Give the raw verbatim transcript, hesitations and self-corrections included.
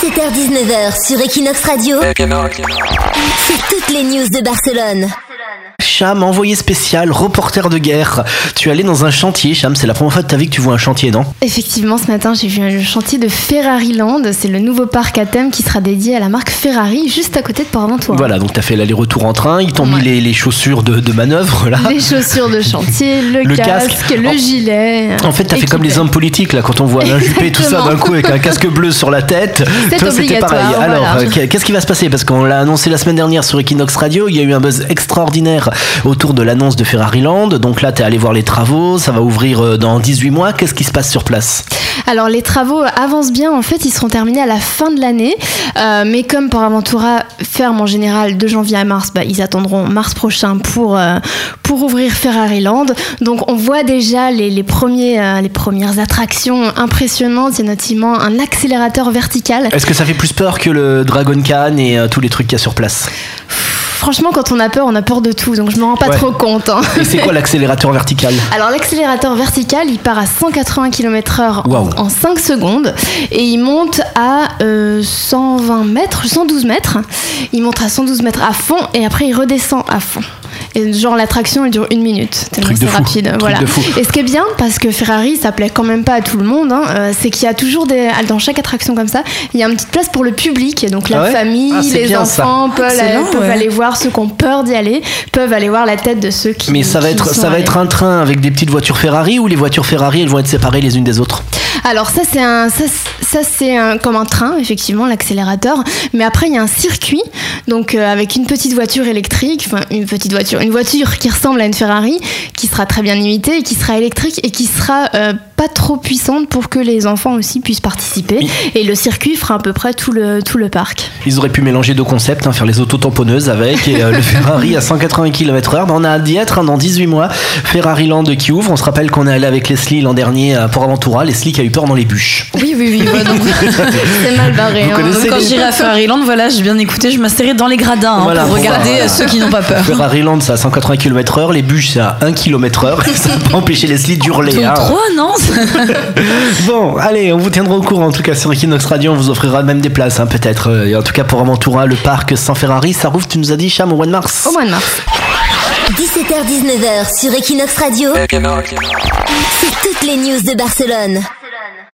dix-sept heures dix-neuf heures sur Equinox Radio. C'est toutes les news de Barcelone. Cham, envoyé spécial, reporter de guerre. Tu es allé dans un chantier, Cham, c'est la première fois de ta vie que tu vois un chantier, non ? Effectivement, ce matin, j'ai vu le chantier de Ferrari Land. C'est le nouveau parc à thème qui sera dédié à la marque Ferrari, juste à côté de Port-Aventura. Voilà, donc tu as fait l'aller-retour en train, ils t'ont Ouais. mis les, les chaussures de, de manœuvre, là. Les chaussures de chantier, le, Le casque, casque. le En- gilet. En fait, t'as fait comme les hommes politiques, là, quand on voit Alain Juppé et tout ça Exactement. d'un coup avec un casque bleu sur la tête. C'est Toi, c'était obligatoire, pareil. Alors, voilà. euh, qu'est- qu'est-ce qui va se passer ? Parce qu'on l'a annoncé la semaine dernière sur Equinox Radio, il y a eu un buzz extraordinaire autour de l'annonce de Ferrari Land. Donc là, t'es allé voir les travaux, ça va ouvrir euh, dans dix-huit mois. Qu'est-ce qui se passe sur place ? Alors les travaux avancent bien, en fait ils seront terminés à la fin de l'année, euh, mais comme Port-Aventura ferme en général de janvier à mars, bah, ils attendront mars prochain pour, euh, pour ouvrir Ferrari Land. Donc on voit déjà les, les, premiers, euh, les premières attractions impressionnantes, il y a notamment un accélérateur vertical. Est-ce que ça fait plus peur que le Dragon Khan et euh, tous les trucs qu'il y a sur place ? Franchement quand on a peur, on a peur de tout, donc je me rends pas Ouais. trop compte. Hein. Et c'est quoi l'accélérateur vertical ? Alors l'accélérateur vertical, il part à cent quatre-vingts kilomètres heure Waouh. en cinq secondes et il monte à euh, cent vingt mètres, cent douze mètres. Il monte à cent douze mètres à fond et après il redescend à fond. Et genre l'attraction elle dure une minute, tellement Truc de c'est fou. rapide. Truc Voilà. de fou. Et ce qui est bien, parce que Ferrari ça plaît quand même pas à tout le monde, hein, euh, c'est qu'il y a toujours des, dans chaque attraction comme ça, il y a une petite place pour le public, donc la Ah ouais famille, Ah, c'est les bien, ça. enfants peuvent, Excellent, peuvent ouais. aller voir ceux qui ont peur d'y aller, peuvent aller voir la tête de ceux qui. Mais ça va qui être y sont ça va allés. être un train avec des petites voitures Ferrari ou les voitures Ferrari elles vont être séparées les unes des autres ? Alors ça c'est un ça, ça c'est un, comme un train effectivement l'accélérateur, mais après il y a un circuit donc euh, avec une petite voiture électrique, enfin une petite voiture, une voiture qui ressemble à une Ferrari, qui sera très bien imitée et qui sera électrique et qui sera euh, pas trop puissante pour que les enfants aussi puissent participer. Oui. Et le circuit fera à peu près tout le tout le parc. Ils auraient pu mélanger deux concepts, hein, faire les auto-tamponneuses avec et euh, le Ferrari à cent quatre-vingts kilomètres heure. Ben, on a hâte d'y être hein, dans dix-huit mois. Ferrari Land qui ouvre. On se rappelle qu'on est allé avec Leslie l'an dernier à Port-Aventura. Leslie qui a eu peur dans les bûches. Oui, oui, oui. Ouais, donc, C'est mal barré. Vous hein. connaissez donc quand les- j'irai à Ferrari Land, voilà, j'ai bien écouté, je m'asserrai dans les gradins hein, Voilà, pour bon, regarder voilà. euh, ceux qui n'ont pas peur. Ferrari Land c'est à cent quatre-vingts kilomètres heure. Les bûches c'est à un kilomètre heure. Ça va pas empêcher Leslie d'hurler. Tout hein. trois, non? Bon, allez, on vous tiendra au courant. En tout cas, sur Equinox Radio, on vous offrira même des places, hein, peut-être. Euh, Et en tout cas, pour Aventura, le parc sans Ferrari, ça rouvre, tu nous as dit, Cham, au mois de mars. Au mois de mars. dix-sept heures dix-neuf heures sur Equinox Radio. C'est toutes les news de Barcelone.